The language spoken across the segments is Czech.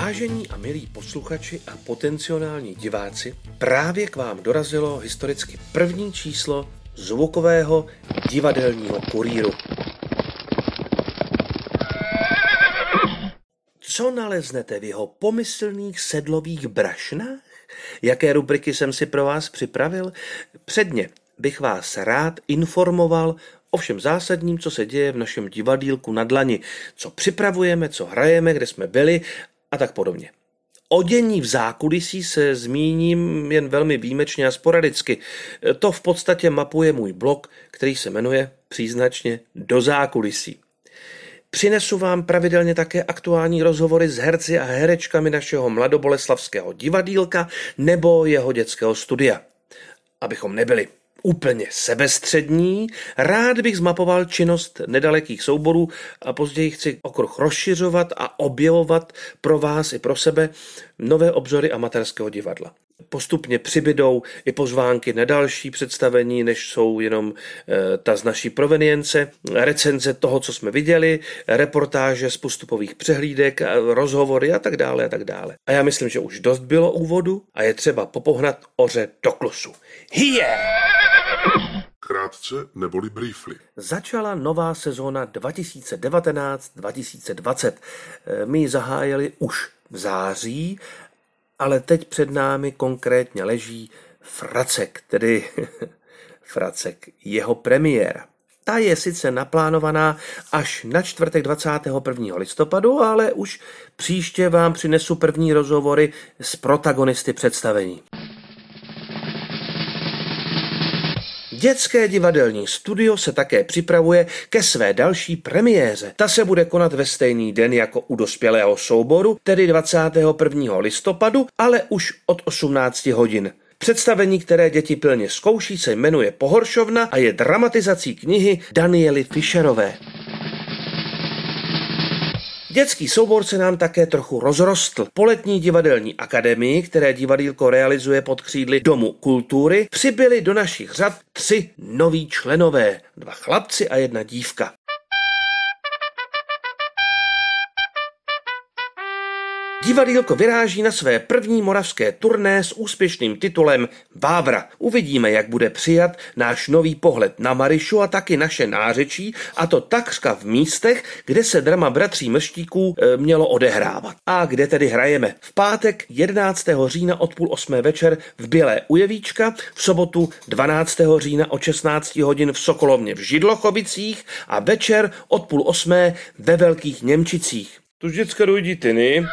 Vážení a milí posluchači a potenciální diváci, právě k vám dorazilo historicky první číslo zvukového divadelního kurýru. Co naleznete v jeho pomyslných sedlových brašnách? Jaké rubriky jsem si pro vás připravil? Předně bych vás rád informoval o všem zásadním, co se děje v našem divadýlku na dlani, co připravujeme, co hrajeme, kde jsme byli a tak podobně. O dění v zákulisí se zmíním jen velmi výjimečně a sporadicky. To v podstatě mapuje můj blog, který se jmenuje příznačně Do zákulisí. Přinesu vám pravidelně také aktuální rozhovory s herci a herečkami našeho mladoboleslavského divadýlka nebo jeho dětského studia. Abychom nebyli úplně sebestřední, rád bych zmapoval činnost nedalekých souborů a později chci okruh rozšiřovat a objevovat pro vás i pro sebe nové obzory amatérského divadla. Postupně přibydou i pozvánky na další představení, než jsou jenom ta z naší provenience, recenze toho, co jsme viděli, reportáže z postupových přehlídek, rozhovory a tak dále a tak dále. A já myslím, že už dost bylo úvodu a je třeba popohnat oře do klusu. Hije! Krátce neboli briefly. Začala nová sezóna 2019-2020. My ji zahájili už v září, ale teď před námi konkrétně leží Fracek, tedy Fracek, jeho premiéra. Ta je sice naplánovaná až na čtvrtek 21. listopadu, ale už příště vám přinesu první rozhovory s protagonisty představení. Dětské divadelní studio se také připravuje ke své další premiéře. Ta se bude konat ve stejný den jako u dospělého souboru, tedy 21. listopadu, ale už od 18 hodin. Představení, které děti pilně zkouší, se jmenuje Pohoršovna a je dramatizací knihy Daniely Fischerové. Dětský soubor se nám také trochu rozrostl. Po letní divadelní akademii, které divadýlko realizuje pod křídly Domu kultury, přibyli do našich řad 3 noví členové, 2 chlapci a 1 dívka. Divadýlko vyráží na své první moravské turné s úspěšným titulem Vávra. Uvidíme, jak bude přijat náš nový pohled na Marišu a taky naše nářečí, a to takřka v místech, kde se drama Bratří Mrštíků mělo odehrávat. A kde tedy hrajeme? V pátek 11. října od 7:30 večer v Bělé u Jevíčka, v sobotu 12. října od 16 hodin v Sokolovně v Židlochovicích a večer od 7:30 ve Velkých Němčicích. Tu vždycky dojdi ty, ne?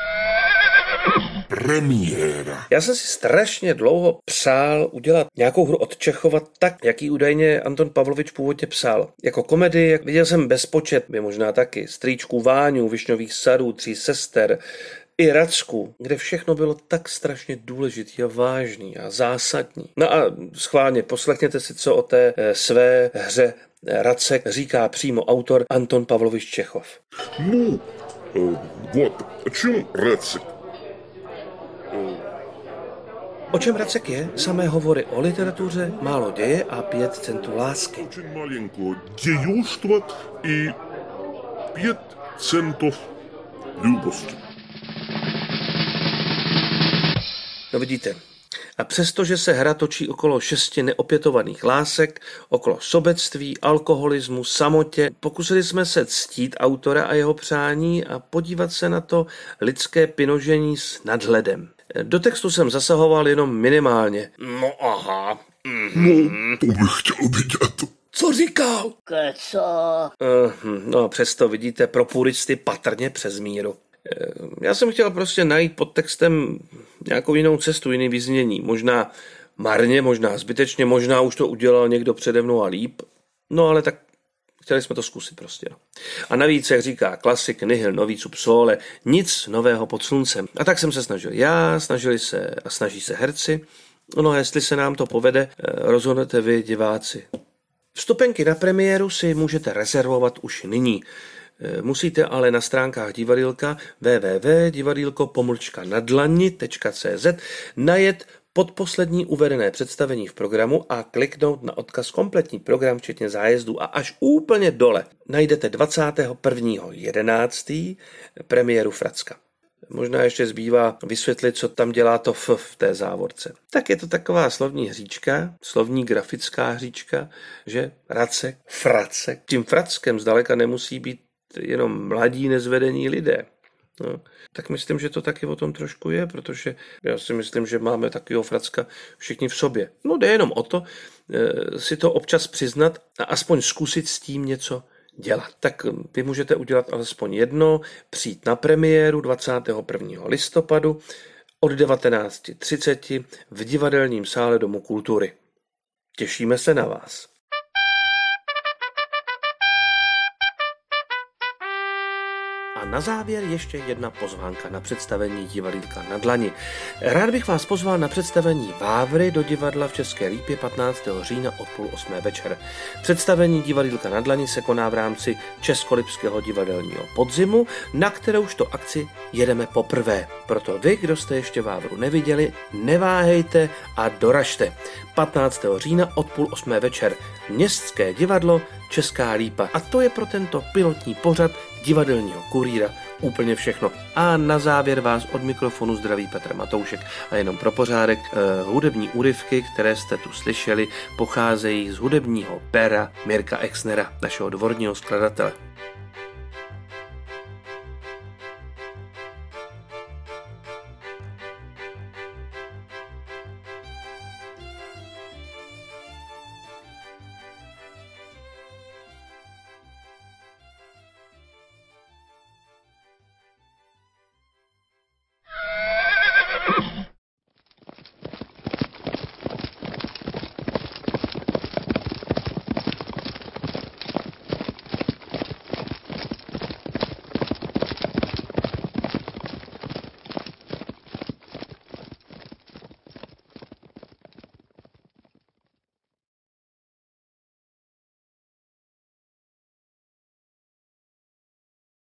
Premiéra. Já jsem si strašně dlouho přál udělat nějakou hru od Čechova tak, jak ji údajně Anton Pavlovič původně psal. Jako komedii, jak viděl jsem bezpočet, by možná taky, Strýčků Váňu, Višňových sadů, 3 sester, i Racku, kde všechno bylo tak strašně důležitý a vážný a zásadní. No a schválně poslechněte si, co o té své hře Racek říká přímo autor Anton Pavlovič Čechov. Ну, вот, о чем Рацик? O čem Racek je? Samé hovory o literatuře, málo děje a 5 centů lásky. Очень маленького деюшства и 5 центов любовки. No vidíte. A přestože se hra točí okolo 6 neopětovaných lásek, okolo sobectví, alkoholismu, samotě, pokusili jsme se ctít autora a jeho přání a podívat se na to lidské pinožení s nadhledem. Do textu jsem zasahoval jenom minimálně. No aha. No, to bych chtěl vidět. Co říkal? Keco. No přesto vidíte pro puristy patrně přes míru. Já jsem chtěl prostě najít pod textem nějakou jinou cestu, jiný vyznění. Možná marně, možná zbytečně, možná už to udělal někdo přede mnou a líp. No ale tak chtěli jsme to zkusit prostě. No. A navíc, jak říká klasik nihil novi sub sole, nic nového pod sluncem. A tak jsem se snažil já, snažili se a snaží se herci. No a jestli se nám to povede, rozhodnete vy, diváci. Vstupenky na premiéru si můžete rezervovat už nyní. Musíte ale na stránkách divadýlka www.divadýlko-nadlani.cz najet podposlední uvedené představení v programu a kliknout na odkaz kompletní program včetně zájezdů a až úplně dole najdete 21.11. premiéru Fracka. Možná ještě zbývá vysvětlit, co tam dělá to v té závorce. Tak je to taková slovní hříčka, slovní grafická hříčka, že racek, fracek. Tím frackem zdaleka nemusí být jenom mladí nezvedení lidé. No, tak myslím, že to taky o tom trošku je, protože já si myslím, že máme takového fracka všichni v sobě. No jde jenom o to, si to občas přiznat a aspoň zkusit s tím něco dělat. Tak vy můžete udělat alespoň jedno, přijít na premiéru 21. listopadu od 19:30 v divadelním sále Domu kultury. Těšíme se na vás. A na závěr ještě jedna pozvánka na představení Divadýlka na dlani. Rád bych vás pozval na představení Vávry do divadla v České Lípě 15. října od 7:30 večer. Představení Divadýlka na dlani se koná v rámci Českolipského divadelního podzimu, na kterouž to akci jedeme poprvé. Proto vy, kdo jste ještě Vávru neviděli, neváhejte a doražte. 15. října od 7:30 večer. Městské divadlo Česká Lípa. A to je pro tento pilotní pořad Divadelního kurýra úplně všechno. A na závěr vás od mikrofonu zdraví Petr Matoušek. A jenom pro pořádek, hudební úryvky, které jste tu slyšeli, pocházejí z hudebního pera Mirka Exnera, našeho dvorního skladatele.